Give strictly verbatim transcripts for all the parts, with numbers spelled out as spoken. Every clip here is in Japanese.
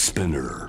Spinner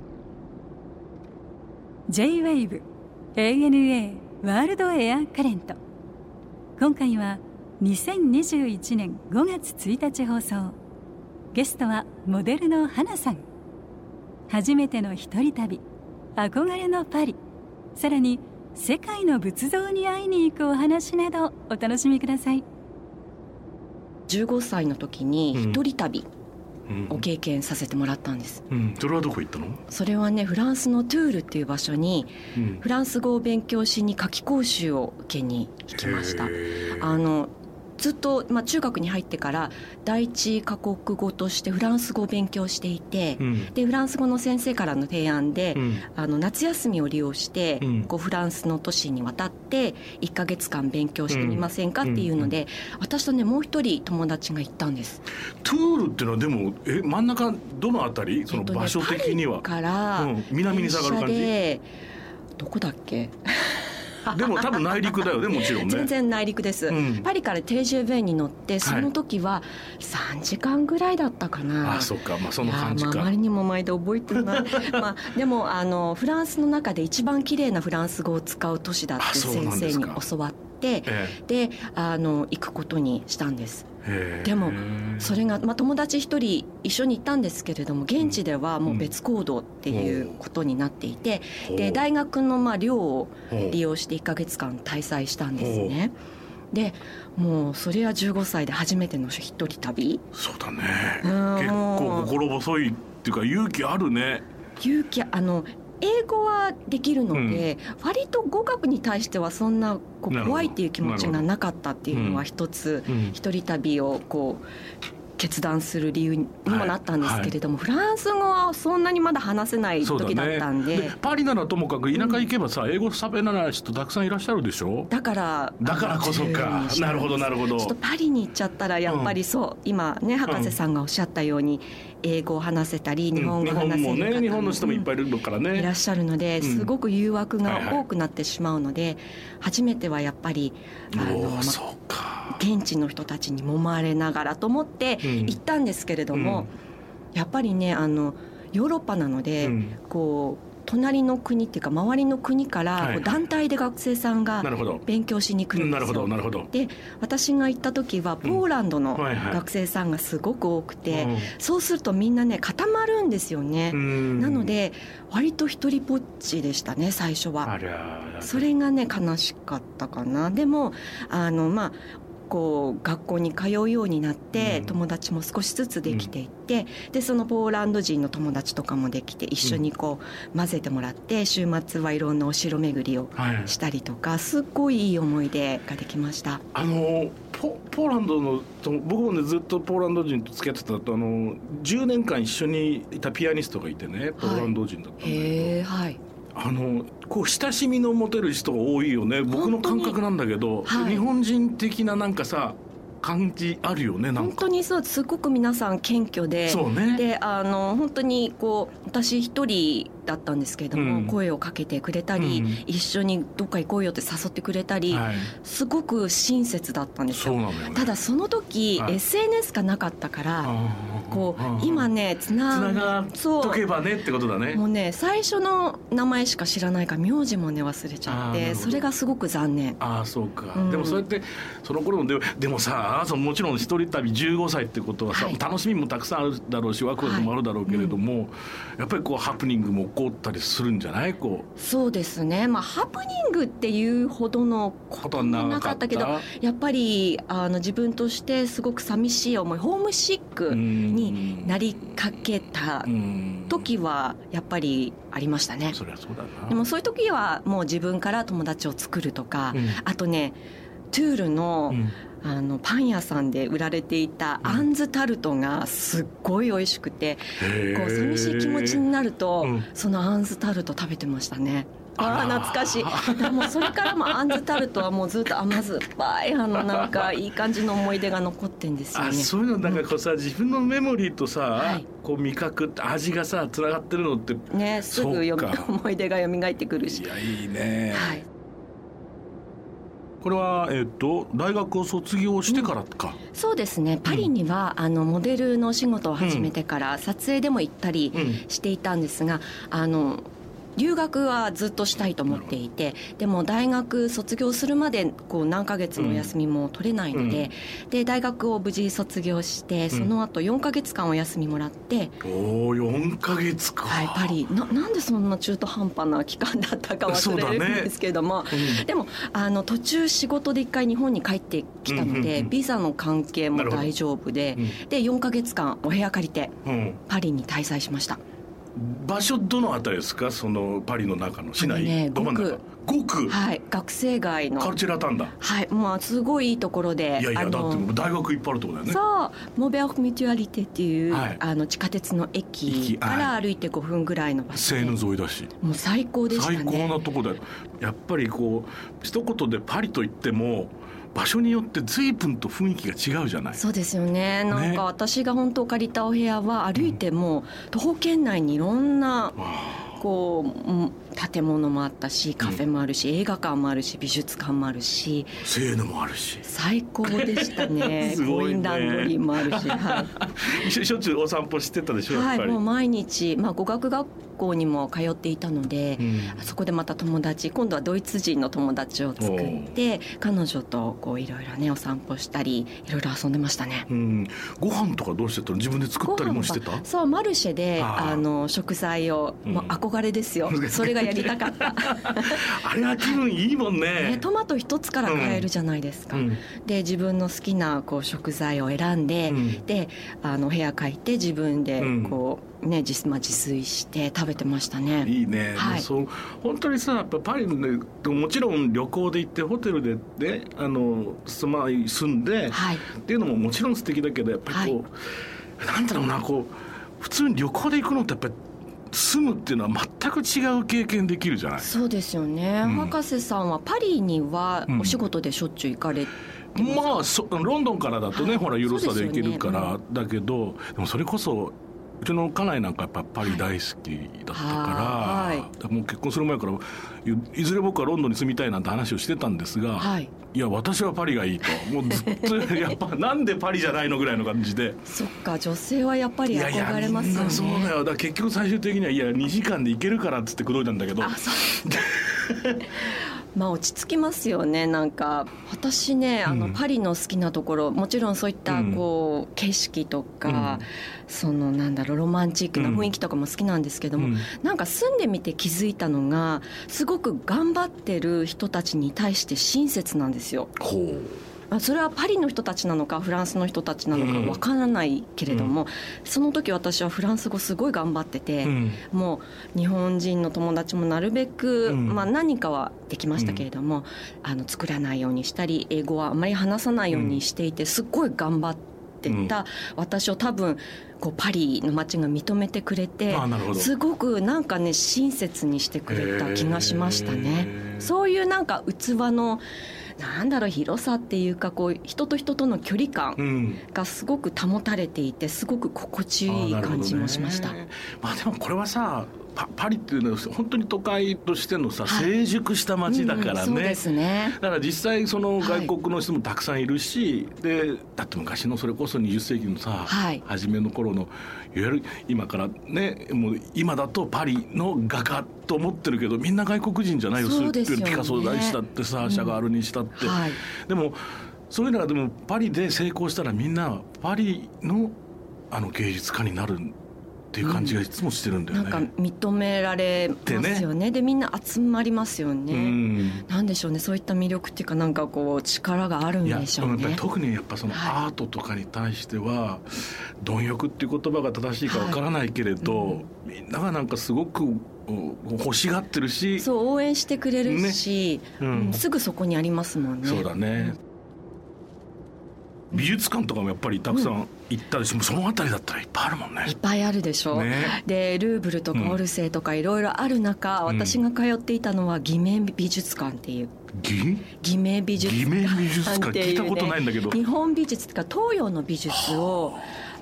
J-ウェーブ エーエヌエー ワールドエアカレント。今回はにせんにじゅういちねんごがつついたち放送。ゲストはモデルの花さん。初めての一人旅、憧れのパリ、さらに世界の仏像に会いに行くお話などお楽しみください。 じゅうごさいの時に一人旅を経験させてもらったんです、 うんうん、それはどこ行ったの？ それはね、フランスのトゥールっていう場所に、うん、フランス語を勉強しに夏期講習を受けに行きました。あのずっと、まあ、中学に入ってから第一カ国語としてフランス語を勉強していて、うん、でフランス語の先生からの提案で、うん、あの夏休みを利用して、うん、こうフランスの都市に渡っていっかげつかん勉強してみませんかっていうので、うん、私とねもう一人友達が行ったんです。 トゥールっていうのはでもえ真ん中どのあたり？その場所的には、 えっとね、パリから、うん、 南に下がる感じ？ どこだっけでも多分内陸だよね、もちろんね。 全然内陸です、うん、パリからテージェベンに乗ってその時はさんじかんぐらいだったかな、 はい、あ、そっか、まあその感じか。 いや、まあ、あまりにも前で覚えてない、まあ、でもあのフランスの中で一番綺麗なフランス語を使う都市だって先生に教わって、ええ、であの行くことにしたんです。でもそれが、まあ、友達一人一緒に行ったんですけれども、現地ではもう別行動っていうことになっていて、うん、で大学のまあ寮を利用していっかげつかん滞在したんですね。でもうそれはじゅうごさいで初めての一人旅。 そうだね、結構心細いっていうか勇気あるね。 勇気、あの英語はできるので、うん、割と語学に対してはそんなこう怖いっていう気持ちがなかったっていうのは一つ、うん、一人旅をこう決断する理由にもなったんですけれども、はいはい、フランス語はそんなにまだ話せない時だったん で, でパリならともかく田舎行けばさ、うん、英語喋らない人たくさんいらっしゃるでしょ。 だからだからこそか。なるほどなるほど。 ちょっとパリに行っちゃったらやっぱりそう、うん、今ね博士さんがおっしゃったように、英語を話せたり日本語を話せる方も、 うん、日本もね、日本の人もいっぱいいるからね、 うん、いらっしゃるので、すごく誘惑が多くなってしまうので、はいはい、初めてはやっぱりあの、ま、そうか、現地の人たちに揉まれながらと思って行ったんですけれども、うん、やっぱりね、あのヨーロッパなので、うん、こう隣の国っていうか周りの国から団体で学生さんが勉強しに来るんですよ。なるほどなるほど。で私が行った時はポーランドの学生さんがすごく多くて、うん、はいはい、そうするとみんなね固まるんですよね。なので割と一人ぽっちでしたね最初は。ありゃ、それがね悲しかったかな。でもあのまあこう学校に通うようになって、うん、友達も少しずつできていって、うん、でそのポーランド人の友達とかもできて一緒にこう混ぜてもらって、週末はいろんなお城巡りをしたりとか、はい、すっごいいい思い出ができました。 あの ポ, ポーランドの僕もねずっとポーランド人と付き合ってたと、あのじゅうねんかん一緒にいたピアニストがいてね、ポーランド人だったんだけど、はい、へー、はい、あのこう親しみの持てる人が多いよね。僕の感覚なんだけど、はい、日本人的ななんかさ感じあるよね。なんか本当にそう、すごく皆さん謙虚で、そうね、であの本当にこう私一人だったんですけれども、うん、声をかけてくれたり、うん、一緒にどっか行こうよって誘ってくれたり、はい、すごく親切だったんですよ。そうなのよね。ただその時、はい、エスエヌエス がなかったからこう今ねつながっとけばねってことだね。 もうね最初の名前しか知らないから名字もね忘れちゃって、それがすごく残念。 ああそうか、うん、でもそうやってその頃のででもさあなたももちろん一人旅じゅうごさいってことはさ、はい、楽しみもたくさんあるだろうしワクワクもあるだろうけれども、はい、うん、やっぱりこうハプニングも起こったりするんじゃない？こうそうですね、まあ、ハプニングっていうほどのことはなかったけど、やっぱりあの自分としてすごく寂しい思い、ホームシックになりかけた時はやっぱりありましたね。 そりゃそうだな。 でもそういう時はもう自分から友達を作るとか、うん、あとねトゥールの、うん、あのパン屋さんで売られていたアンズタルトがすっごい美味しくて、うん、こう寂しい気持ちになると、うん、そのアンズタルト食べてましたね。ああ懐かしい。でもそれからもアンズタルトはもうずっと甘酸っぱいあのなんかいい感じの思い出が残ってんですよね。 あそういうのなんかこうさ、うん、自分のメモリーとさ、はい、こう味覚味がさつながってるのってね、すぐ思い出が蘇ってくるし。 いやいいね、はい。 これは、えー、と大学を卒業してからか、 うん、そうですね。パリには、うん、あのモデルの仕事を始めてから撮影でも行ったりしていたんですが、うん、あの留学はずっとしたいと思っていて、でも大学卒業するまでこう何ヶ月のお休みも取れないので、うん、で大学を無事卒業して、その後よんかげつかんお休みもらって、 うん、おーよんかげつか、 はい、パリ な, なんでそんな中途半端な期間だったか忘れるんですけども、ねうん、でもあの途中仕事で一回日本に帰ってきたので、うんうんうん、ビザの関係も大丈夫で、うん、でよんかげつかんお部屋借りて、うん、パリに滞在しました。 場所どのあたりですか？そのパリの中の市内、 ね、 ど真ん中。ごく、 はい、学生街のカルチェラタンだ。 はい、まあすごいいいところで、 いやいやだって大学いっぱいあるところだよね。 そうモベルミュチュアリテっていう、はい、あの地下鉄の駅から歩いてごふんぐらいの場所で、 セーヌ沿いだしもう最高でしたね。 最高なとこだよ。やっぱりこう一言でパリといっても場所によって随分と雰囲気が違うじゃない。 そうですよね。なんか私が本当借りたお部屋は歩いても徒歩圏内にいろんなこう建物もあったし、カフェもあるし、うん、映画館もあるし、美術館もあるし、 セーヌもあるし、 最高でしたね。 すごいね。 コインランドリーもあるし、はい、 しょっちゅうお散歩してたでしょ。 はい、 やっぱりもう毎日、まあ、語学学校にも通っていたので、うん、そこでまた友達、今度はドイツ人の友達を作って彼女とこういろいろねお散歩したりいろいろ遊んでましたね。 うん、ご飯とかどうしてたの？自分で作ったりもしてた？ そう、マルシェであの食材を、うん、もう憧れですよ。それがやりたかったあれは気分いいもん ね, ね。トマト一つから買えるじゃないですか、うん、で自分の好きなこう食材を選んで、うん、であの部屋借りて自分でこう、うんね、自, まあ、自炊して食べてましたね。 いいね、はい、そう本当にさ、やっぱパリでもちろん旅行で行ってホテルで、ね、あの住, ま住んで、はい、っていうのももちろん素敵だけど、やっぱりこう、はい、なんだろうな、こう普通に旅行で行くのってやっぱり住むっていうのは全く違う経験できるじゃない。 そうですよね、うん、博士さんはパリにはお仕事でしょっちゅう行かれて、 うん、まあそロンドンからだとね、はい、ほらユーロスタで行けるから、うん、だけどでもそれこそうちの家内なんかやっぱパリ大好きだったから、はい、もう結婚する前から い, いずれ僕はロンドンに住みたいなんて話をしてたんですが、はい、いや私はパリがいいと、もうずっとやっぱなんでパリじゃないのぐらいの感じでそっか、女性はやっぱり憧れますよね。いやいやみんなそうだよ。だから結局最終的にはいやにじかんで行けるからっつって口説いたんだけど、あそうまあ落ち着きますよね。なんか私ね、あのパリの好きなところ、もちろんそういったこう景色とか、うん、そのなんだろうロマンチックな雰囲気とかも好きなんですけども、うん、なんか住んでみて気づいたのが、すごく頑張ってる人たちに対して親切なんですよ。ほう。それはパリの人たちなのかフランスの人たちなのかわからないけれども、うん、その時私はフランス語すごい頑張ってて、うん、もう日本人の友達もなるべく、うん、まあ、何かはできましたけれども、うん、あの作らないようにしたり英語はあまり話さないようにしていて、すっごい頑張ってた私を多分こうパリの街が認めてくれて、すごくなんかね親切にしてくれた気がしましたね。そういうなんか器のなんだろう広さっていうか、こう人と人との距離感がすごく保たれていて、すごく心地いい感じもしました。あ、ね、 まあ、でもこれはさ パ, パリっていうのは本当に都会としてのさ、はい、成熟した街だからね、うん、そうですね。だから実際その外国の人もたくさんいるし、はい、でだって昔のそれこそにじゅっせいきのさ、はい、初めの頃のいわゆる今からね、もう今だとパリの画家と思ってるけど、みんな外国人じゃないよ。そうですよね。ピカソ大したってさ、シャガールにしたって、うん、はい、でもそういうのがでもパリで成功したらみんなパリのあの芸術家になるっていう感じがいつもしてるんだよね、 うん、なんか認められますよ ね, ねでみんな集まりますよね、うん、なんでしょうね、そういった魅力っていうか、なんかこう力があるんでしょうね。 いや特にやっぱそのアートとかに対しては、はい、貪欲っていう言葉が正しいかわからないけれど、はい、うん、みんながなんかすごく欲しがってるし、 そう応援してくれるし、ね、うんうん、すぐそこにありますもんね。 そうだね、うん、美術館とかもやっぱりたくさん行ったりし、うん、その辺りだったらいっぱいあるもんね。 いっぱいあるでしょ、ね、でルーブルとかオルセイとかいろいろある中、うん、私が通っていたのはギメ美術館っていう、 ギギメ美術館っていう、ね、 聞いたことないんだけど、 日本美術とか東洋の美術を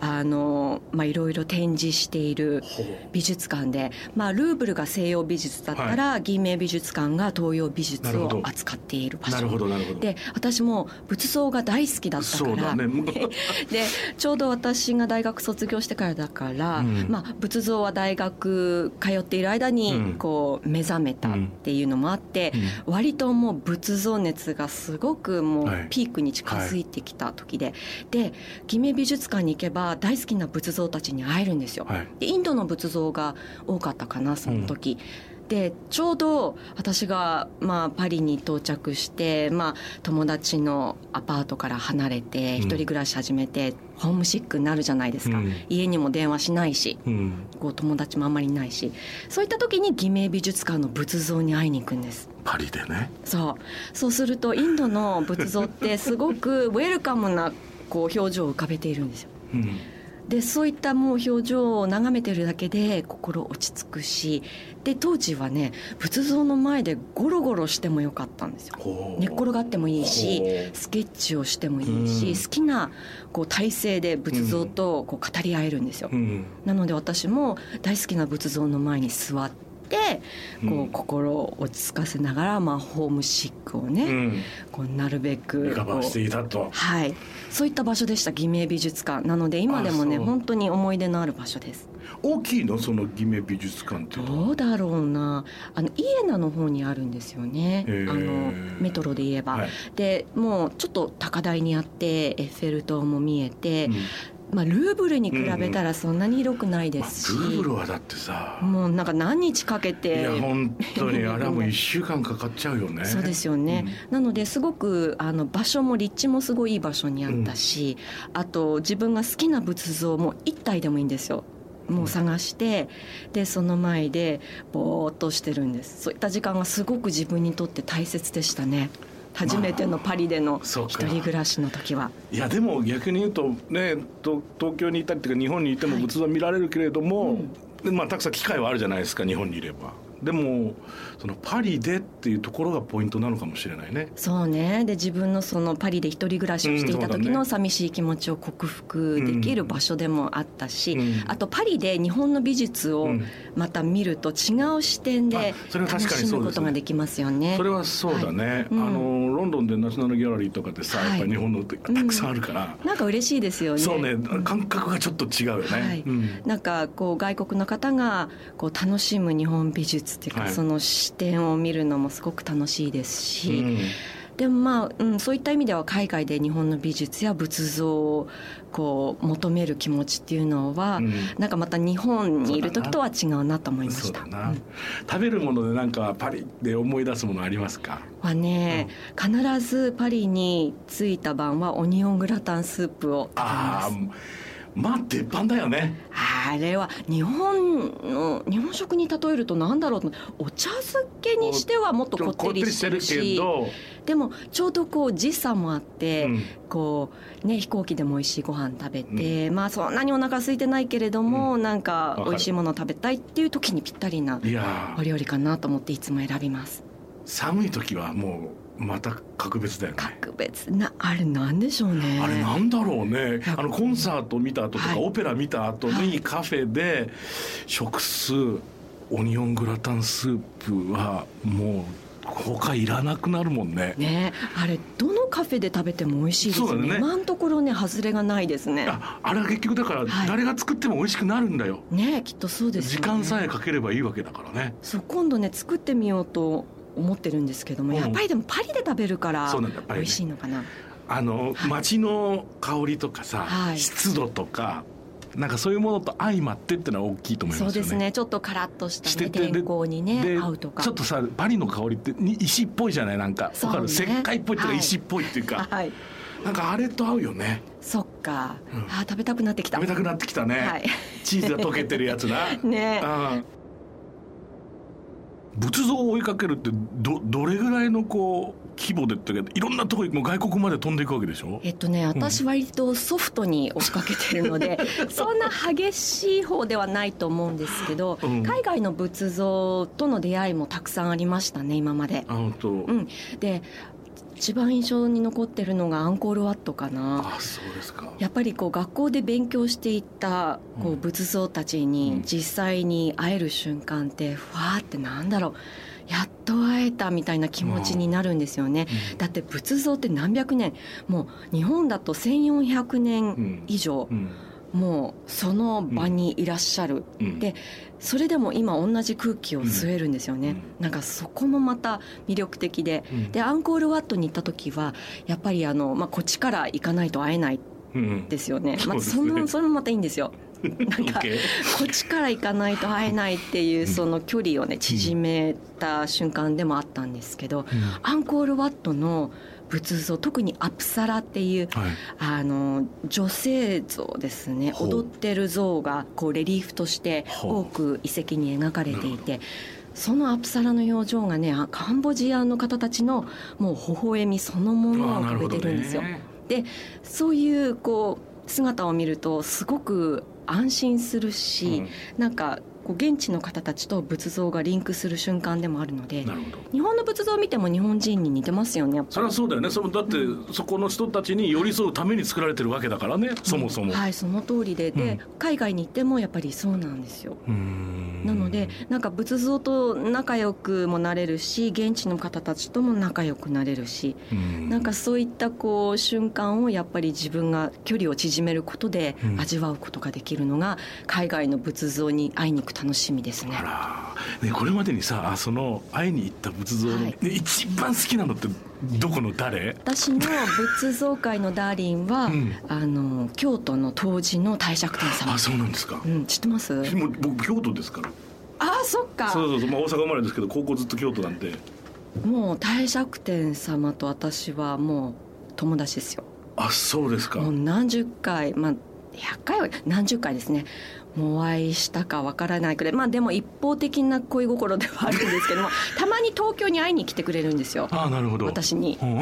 あの、まあ、いろいろ展示している美術館で、まあ、ルーブルが西洋美術だったら、はい、銀明美術館が東洋美術を扱っている場所。 なるほどなるほど。 で私も仏像が大好きだったから、 そうだねでちょうど私が大学卒業してからだから、うん、まあ、仏像は大学通っている間にこう目覚めたっていうのもあって、うん、割ともう仏像熱がすごくもうピークに近づいてきた時で、はいはい、で銀明美術館に行けば大好きな仏像たちに会えるんですよ、はい、でインドの仏像が多かったかなその時、うん、でちょうど私が、まあ、パリに到着して、まあ、友達のアパートから離れて一人暮らし始めて、うん、ホームシックになるじゃないですか、うん、家にも電話しないし、うん、こう友達もあんまりいないし、そういった時に銀明美術館の仏像に会いに行くんです。 パリでね。 そうそうするとインドの仏像ってすごくウェルカムなこう表情を浮かべているんですよ、うん、でそういったもう表情を眺めてるだけで心落ち着くし、で当時はね仏像の前でゴロゴロしてもよかったんですよ。寝っ転がってもいいしスケッチをしてもいいし、うん、好きなこう体勢で仏像とこう語り合えるんですよ、うん、なので私も大好きな仏像の前に座ってでこう心を落ち着かせながら、まあ、ホームシックをね、うん、こうなるべくリカバーしていたと、 はい、そういった場所でした銀明美術館なので今でもね本当に思い出のある場所です。 大きいのその銀明美術館っていうのは。 どうだろうな、あのイエナの方にあるんですよね、あのメトロで言えば、はい、でもうちょっと高台にあってエッフェル塔も見えて、うん、まあ、ルーブルに比べたらそんなに広くないですし、 うん、まあ、ルーブルはだってさもうなんか何日かけて、 いや本当にあれはもういっしゅうかんかかっちゃうよねそうですよね、うん、なのですごくあの場所も立地もすごいいい場所にあったし、うん、あと自分が好きな仏像も一体でもいいんですよ。もう探してでその前でぼーっとしてるんです。そういった時間がすごく自分にとって大切でしたね。初めてのパリでの一人暮らしの時は、まあ、いやでも逆に言うとねと東京にいたりというか日本にいても仏像見られるけれども、はい、うん、まあ、たくさん機会はあるじゃないですか日本にいれば。でもそのパリでっていうところがポイントなのかもしれないね。 そうね。で自分のそのパリで一人暮らしをしていた時の寂しい気持ちを克服できる場所でもあったし、うん、あとパリで日本の美術をまた見ると違う視点で楽しむことができますよね。 それはそうだね、はい、うん、あのロンドンでナショナルギャラリーとかでさ、はい、やっぱり日本のたくさんあるから、 うん、なんか嬉しいですよね。 そうね、感覚がちょっと違うよね、はい、うん、なんかこう外国の方がこう楽しむ日本美術っていうか、はい、その視点を見るのもすごく楽しいですし、うん、でもまあ、うん、そういった意味では海外で日本の美術や仏像をこう求める気持ちっていうのは、うん、なんかまた日本にいる時とは違うなと思いました。 そうだな、うん、食べるものでなんかパリで思い出すものありますか？ はね、うん、必ずパリに着いた晩はオニオングラタンスープを食べます。 あまあ鉄板だよね。 あれは日本の日本食に例えると何だろうと、お茶漬けにしてはもっとこってりしてるし、でもちょうどこう時差もあって、うん、こうね飛行機でも美味しいご飯食べて、うん、まあそんなにお腹空いてないけれども、うん、なんか美味しいものを食べたいっていう時にぴったりなお料理かなと思っていつも選びます。 寒い時はもうまた格別だよね。 格別な、あれなんでしょうね。 あれなんだろうね。あのコンサート見た後とか、はい、オペラ見た後にカフェで食すオニオングラタンスープはもう他いらなくなるもんね。 ね、あれどのカフェで食べても美味しいですよ ね, ね今のところね外れがないですね。 あ, あれは結局だから誰が作っても美味しくなるんだよ、 はい、ね、きっとそうですよね。 時間さえかければいいわけだからね。 そう、今度ね作ってみようと思ってるんですけども、うん、やっぱりでもパリで食べるから美味しいのかな。 あの、はい、街の香りとかさ、はい、湿度とかなんかそういうものと相まってってのは大きいと思いますよね。 そうですね、ちょっとカラッとした、ね、天候にね合うとか。 ちょっとさパリの香りって石っぽいじゃない、なんか、ね、わかる、石灰っぽいっていうか石っぽいっていうか、はい、なんかあれと合うよね。 そっか、うん、あ食べたくなってきた。 食べたくなってきたね、はい、チーズが溶けてるやつなね、うん、仏像を追いかけるって ど, どれぐらいのこう規模でっていろんなところもう外国まで飛んでいくわけでしょ。 えっとね、私割とソフトに追っかけてるので、うん、そんな激しい方ではないと思うんですけど、うん、海外の仏像との出会いもたくさんありましたね今まで。 あ本当、 うん、で一番印象に残ってるのがアンコールワットかな。 あ、そうですか。 やっぱりこう学校で勉強していたこう仏像たちに実際に会える瞬間ってふわーってなんだろう、やっと会えたみたいな気持ちになるんですよね、うん、だって仏像って何百年、もう日本だとせんよんひゃくねん以上、うんうん、もうその場にいらっしゃる、うん、でそれでも今同じ空気を吸えるんですよね、うん、なんかそこもまた魅力的で、うん、でアンコールワットに行った時はやっぱりあの、まあ、こっちから行かないと会えないですよね、うん、まあ、そのそれもまたいいんですよなんかこっちから行かないと会えないっていうその距離をね縮めた瞬間でもあったんですけど、うん、アンコールワットの仏像、特にアプサラっていう、はい、あの女性像ですね、踊ってる像がこうレリーフとして多く遺跡に描かれていて、そのアプサラの表情がね、カンボジアの方たちのもう微笑みそのものを浮かべてるんですよ。でそういうこう姿を見るとすごく安心するし、うん、なんかこう現地の方たちと仏像がリンクする瞬間でもあるので、なるほど、日本の仏像を見ても日本人に似てますよね。やっぱそれはそうだよね。そのだって、うん、そこの人たちに寄り添うために作られてるわけだからね、うん、そもそも。はい、 その通りで、で、うん、海外に行ってもやっぱりそうなんですよ。うーん、なのでなんか仏像と仲良くもなれるし、現地の方たちとも仲良くなれるし、んなんかそういったこう瞬間をやっぱり自分が距離を縮めることで味わうことができるのが、海外の仏像に会いに行く楽しみですね。 あら、ね、これまでにさ、その会いに行った仏像の、はい、ね、一番好きなのってどこの誰？ 私の仏像界のダーリンは、うん、あの京都の東寺の帝釈天様。 あ、そうなんですか、 うん、知ってます？ もう僕京都ですから。 あ、そっか。 そうそうそう、まあ、大阪生まれですけど高校ずっと京都なんで、 もう帝釈天様と私はもう友達ですよ。 あ、そうですか。 もう何十回、まあひゃっかいは何十回ですね、もうお会いしたかわからないくらい、まあでも一方的な恋心ではあるんですけどもたまに東京に会いに来てくれるんですよ。 あ、なるほど。 私に、うん、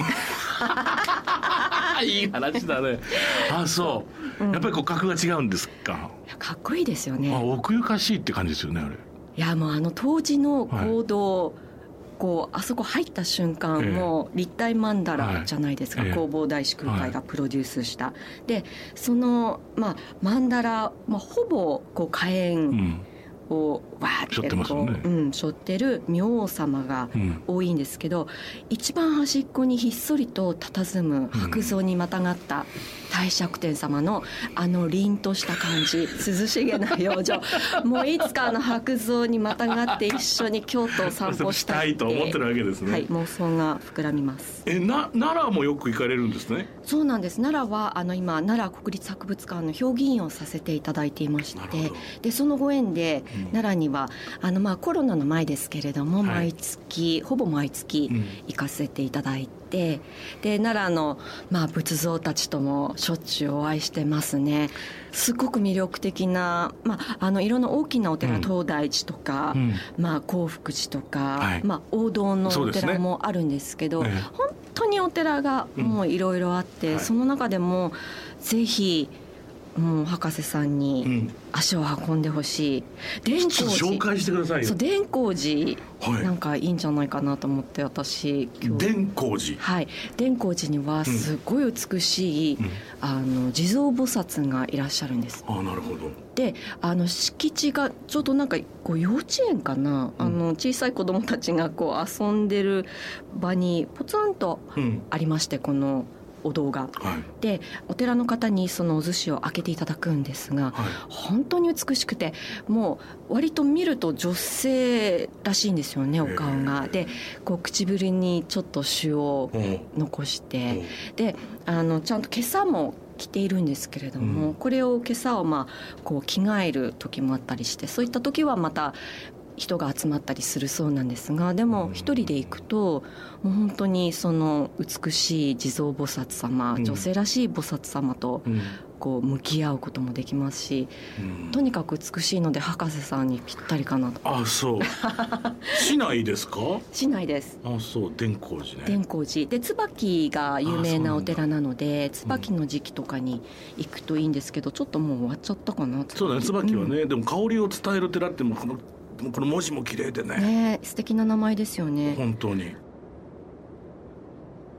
いい話だね。あ、そう、うん、やっぱりこう格が違うんですか。 かっこいいですよね。 あ、奥ゆかしいって感じですよね、あれ。 いや、もうあの当時の行動、はい、こうあそこ入った瞬間、えー、もう立体曼荼羅じゃないですか、はい、弘法大師空海がプロデュースした、はい、でその、まあ、曼荼羅、まあ、ほぼこう火炎をわーってこう、背負ってますよね、うん、背負ってる明王様が多いんですけど、うん、一番端っこにひっそりと佇む白像にまたがった帝釈天様のあの凛とした感じ、涼しげな表情もういつかあの白像にまたがって一緒に京都を散歩したいってと思ってるわけですね。 はい、妄想が膨らみます。 えな奈良もよく行かれるんですね。 そうなんです。奈良はあの今奈良国立博物館の評議員をさせていただいていまして、でそのご縁で、うん、奈良にはあのまあコロナの前ですけれども、はい、毎月ほぼ毎月行かせていただいて、うんで奈良の、まあ、仏像たちともしょっちゅうお会いしてますね。すごく魅力的な、まあ、あのいろんな大きなお寺、うん、東大寺とか、うん、まあ、興福寺とか、はい、まあ、王道のお寺もあるんですけど、ね、ええ、本当にお寺がもういろいろあって、うん、はい、その中でもぜひもう博士さんに足を運んでほしい、 うん、伝光寺紹介してくださいよ。 そう、伝光寺、はい、なんかいいんじゃないかなと思って私今日伝光寺、 はい、伝光寺にはすごい美しい、うん、あの地蔵菩薩がいらっしゃるんです。 あ、なるほど。 であの敷地がちょうどなんかこう幼稚園かな、うん、あの小さい子どもたちがこう遊んでる場にポツンとありまして、うん、このお堂が、はい、でお寺の方にそのお寿司を開けていただくんですが、はい、本当に美しくてもう割と見ると女性らしいんですよね、お顔が。でこう唇にちょっと朱を残して、であのちゃんと今朝も着ているんですけれども、うん、これを今朝をまあこう着替える時もあったりして、そういった時はまた人が集まったりするそうなんですが、でも一人で行くともう本当にその美しい地蔵菩薩様、うん、女性らしい菩薩様とこう向き合うこともできますし、うん、とにかく美しいので博士さんにぴったりかなと。 あ、そう市内ですか？ 市内です。 あ、そう、伝光寺ね。 伝光寺で椿が有名なお寺なので、椿の時期とかに行くといいんですけど、ちょっともう終わっちゃったかな。 そうだね、椿はね、うん、でも香りを伝える寺ってもこのこの文字も綺麗でね。 ね、素敵な名前ですよね。 本当に。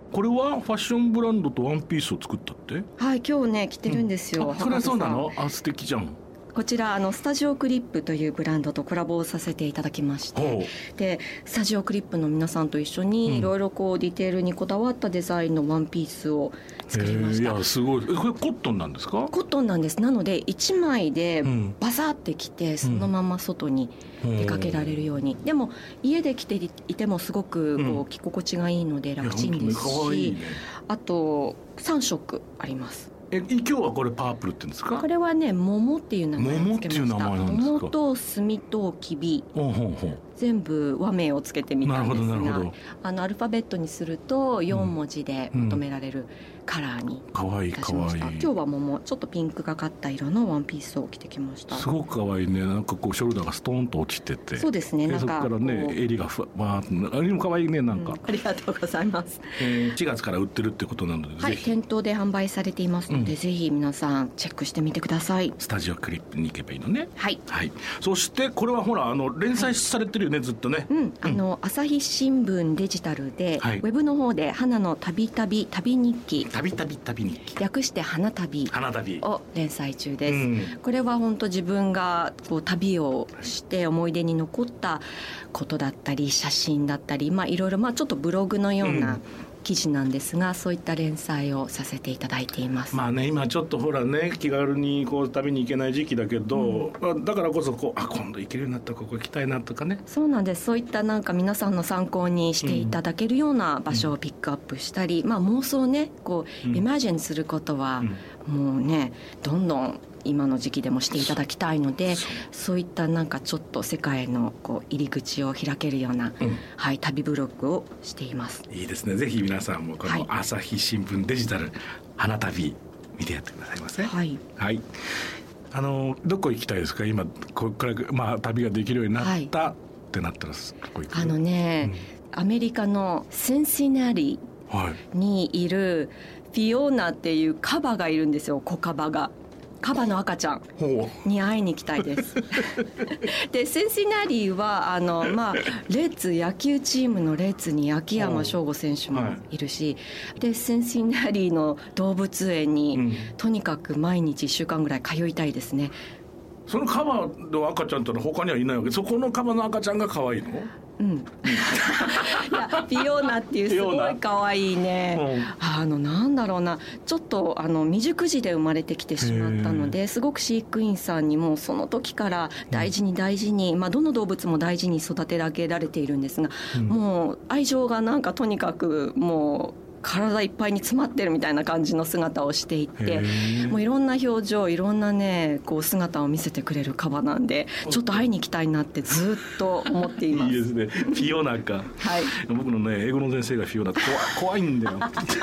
これはファッションブランドとワンピースを作ったって？ はい、今日ね着てるんですよ、 うん、それはそうなの？あ、素敵じゃん。 こちらあのスタジオクリップというブランドとコラボをさせていただきまして、でスタジオクリップの皆さんと一緒にいろいろこうディテールにこだわったデザインのワンピースを作りました。 いやすごい。これコットンなんですか？ コットンなんです。なのでいちまいでバサって着てそのまま外に出かけられるように、うん、でも家で着ていてもすごくこう着心地がいいので楽ちんですし、うんいいね、あとさん色あります。 え今日はこれパープルって言うんですか？ これはね桃っていう名前をつけました。 桃っていう名前なんですか？ 桃と墨ときび、ほうほうほう、全部和名をつけてみたんですが、あのアルファベットにするとよんもじで求められるカラーにいたしました。かわいいかわいい。今日は桃ちょっとピンクがかった色のワンピースを着てきました。 すごくかわいいね。なんかこうショルダーがストーンと落ちてて、 そうですね、なんかそこからね襟がふわーっと、あれもかわいいね。なんか、うん、 ありがとうございます、 えー、しがつから売ってるってことなので、 はい、 ぜひ店頭で販売されていますので、うん、ぜひ皆さんチェックしてみてください。 スタジオクリップに行けばいいのね。 はい、 はい、そしてこれはほらあの連載されてるよね、はい、ずっとね、 うん、あの朝日新聞デジタルで、はい、ウェブの方で花の旅旅旅日記、 旅旅旅日記、 略して花旅花旅を連載中です、うん、これは本当自分がこう旅をして思い出に残ったことだったり写真だったり、まあいろいろ、まあちょっとブログのような、うん、記事なんですが、そういった連載をさせていただいています。 まあね、今ちょっとほらね気軽にこう旅に行けない時期だけど、うん、だからこそこうあ今度行けるようになったらここ行きたいなとかね。 そうなんです。そういったなんか皆さんの参考にしていただけるような場所をピックアップしたり、うん、まあ妄想ねこう、うん、イマジンすることは、うん、もうねどんどん今の時期でもしていただきたいので、 そ, そういったなんかちょっと世界のこう入り口を開けるような、うん、はい、旅ブログをしています。 いいですね。ぜひ皆さんもこの朝日新聞デジタル、はい、花旅見てやってくださいませ。 はい、 はい、あのどこ行きたいですか？今ここから、まあ、旅ができるようになった、はい、ってなったらどこ行く？ あのね、うん、アメリカのセンシナリにいるフィオーナっていうカバがいるんですよ。小カバがカバの赤ちゃんに会いに行きたいですでセンシナリーはあの、まあ、レッツ野球チームのレッツに秋山翔吾選手もいるし、はい、でセンシナリーの動物園に、うん、とにかく毎日いっしゅうかんぐらい通いたいですね。 そのカバの赤ちゃんとの他にはいないわけ？そこのカバの赤ちゃんが可愛いの？ うん、いやフィオーナっていうすごい可愛いね、うん、あのなんだろうな、ちょっとあの未熟児で生まれてきてしまったので、すごく飼育員さんにもその時から大事に大事に、うん、まあ、どの動物も大事に育て上げられているんですが、うん、もう愛情がなんかとにかくもう体いっぱいに詰まってるみたいな感じの姿をしていて、もういろんな表情いろんなねこう姿を見せてくれるカバなんで、ちょっと会いに行きたいなってずっと思っています。 いいですね。フィオナか、はい、僕のね英語の先生がフィオナ怖怖いんだよ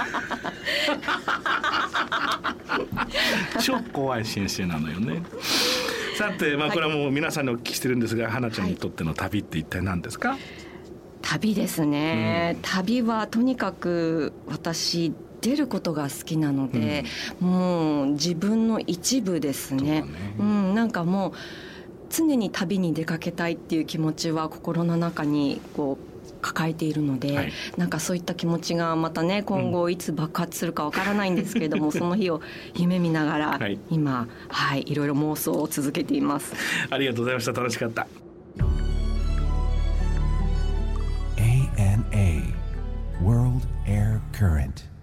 超怖い先生なのよね。さて、まあ、これはもう皆さんにお聞きしてるんですが、はい、花ちゃんにとっての旅って一体何ですか？ 旅ですね、うん、旅はとにかく私出ることが好きなので、うん、もう自分の一部ですね。う、ね、うん、なんかもう常に旅に出かけたいっていう気持ちは心の中にこう抱えているので、はい、なんかそういった気持ちがまたね今後いつ爆発するかわからないんですけれども、うん、その日を夢見ながら、はい、今、はい、いろいろ妄想を続けています。 ありがとうございました。楽しかった。 エーエヌエー World Air Current